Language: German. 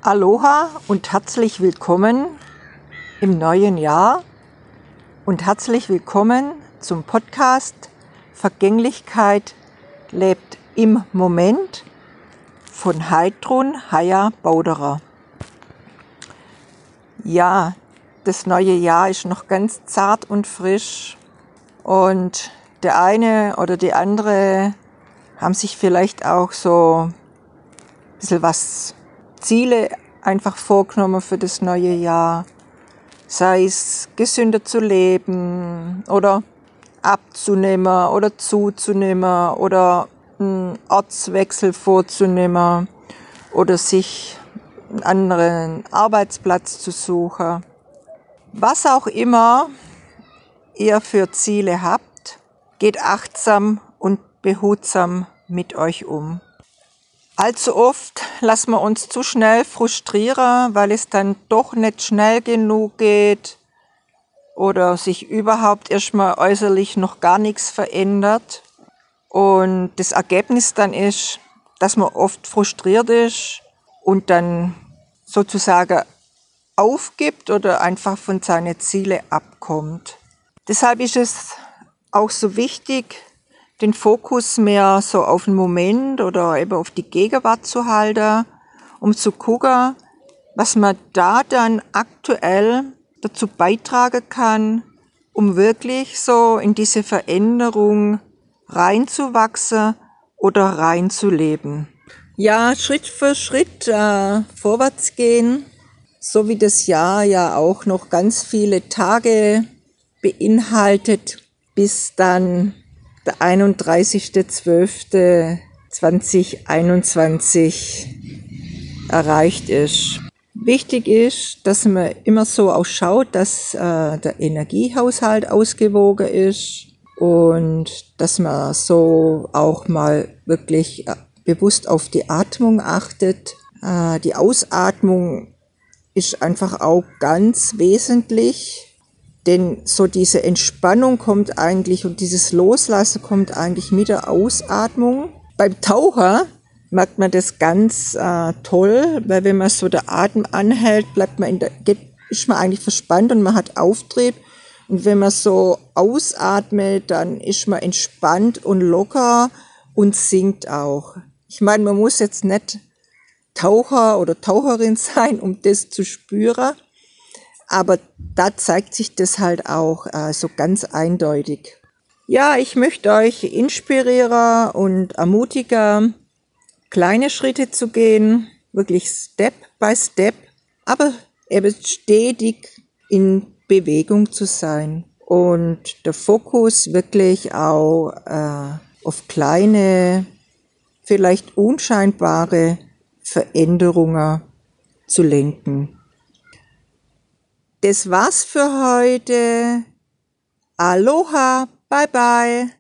Aloha und herzlich willkommen im neuen Jahr und herzlich willkommen zum Podcast Vergänglichkeit lebt im Moment von Heidrun Heyer-Bauderer. Ja, das neue Jahr ist noch ganz zart und frisch und der eine oder die andere haben sich vielleicht auch so ein bisschen was Ziele einfach vorgenommen für das neue Jahr, sei es gesünder zu leben oder abzunehmen oder zuzunehmen oder einen Ortswechsel vorzunehmen oder sich einen anderen Arbeitsplatz zu suchen. Was auch immer ihr für Ziele habt, geht achtsam und behutsam mit euch um. Allzu oft lassen wir uns zu schnell frustrieren, weil es dann doch nicht schnell genug geht oder sich überhaupt erstmal äußerlich noch gar nichts verändert. Und das Ergebnis dann ist, dass man oft frustriert ist und dann sozusagen aufgibt oder einfach von seinen Zielen abkommt. Deshalb ist es auch so wichtig, den Fokus mehr so auf den Moment oder eben auf die Gegenwart zu halten, um zu gucken, was man da dann aktuell dazu beitragen kann, um wirklich so in diese Veränderung reinzuwachsen oder reinzuleben. Ja, Schritt für Schritt vorwärts gehen, so wie das Jahr ja auch noch ganz viele Tage beinhaltet, bis dann der 31.12.2021 erreicht ist. Wichtig ist, dass man immer so auch schaut, dass der Energiehaushalt ausgewogen ist und dass man so auch mal wirklich bewusst auf die Atmung achtet. Die Ausatmung ist einfach auch ganz wesentlich. Denn so diese Entspannung kommt eigentlich und dieses Loslassen kommt eigentlich mit der Ausatmung. Beim Tauchen merkt man das ganz toll, weil wenn man so der Atem anhält, ist man eigentlich verspannt und man hat Auftrieb. Und wenn man so ausatmet, dann ist man entspannt und locker und singt auch. Ich meine, man muss jetzt nicht Taucher oder Taucherin sein, um das zu spüren. Aber da zeigt sich das halt auch so ganz eindeutig. Ja, ich möchte euch inspirieren und ermutigen, kleine Schritte zu gehen, wirklich Step by Step, aber eben stetig in Bewegung zu sein und der Fokus wirklich auch auf kleine, vielleicht unscheinbare Veränderungen zu lenken. Das war's für heute. Aloha, bye bye.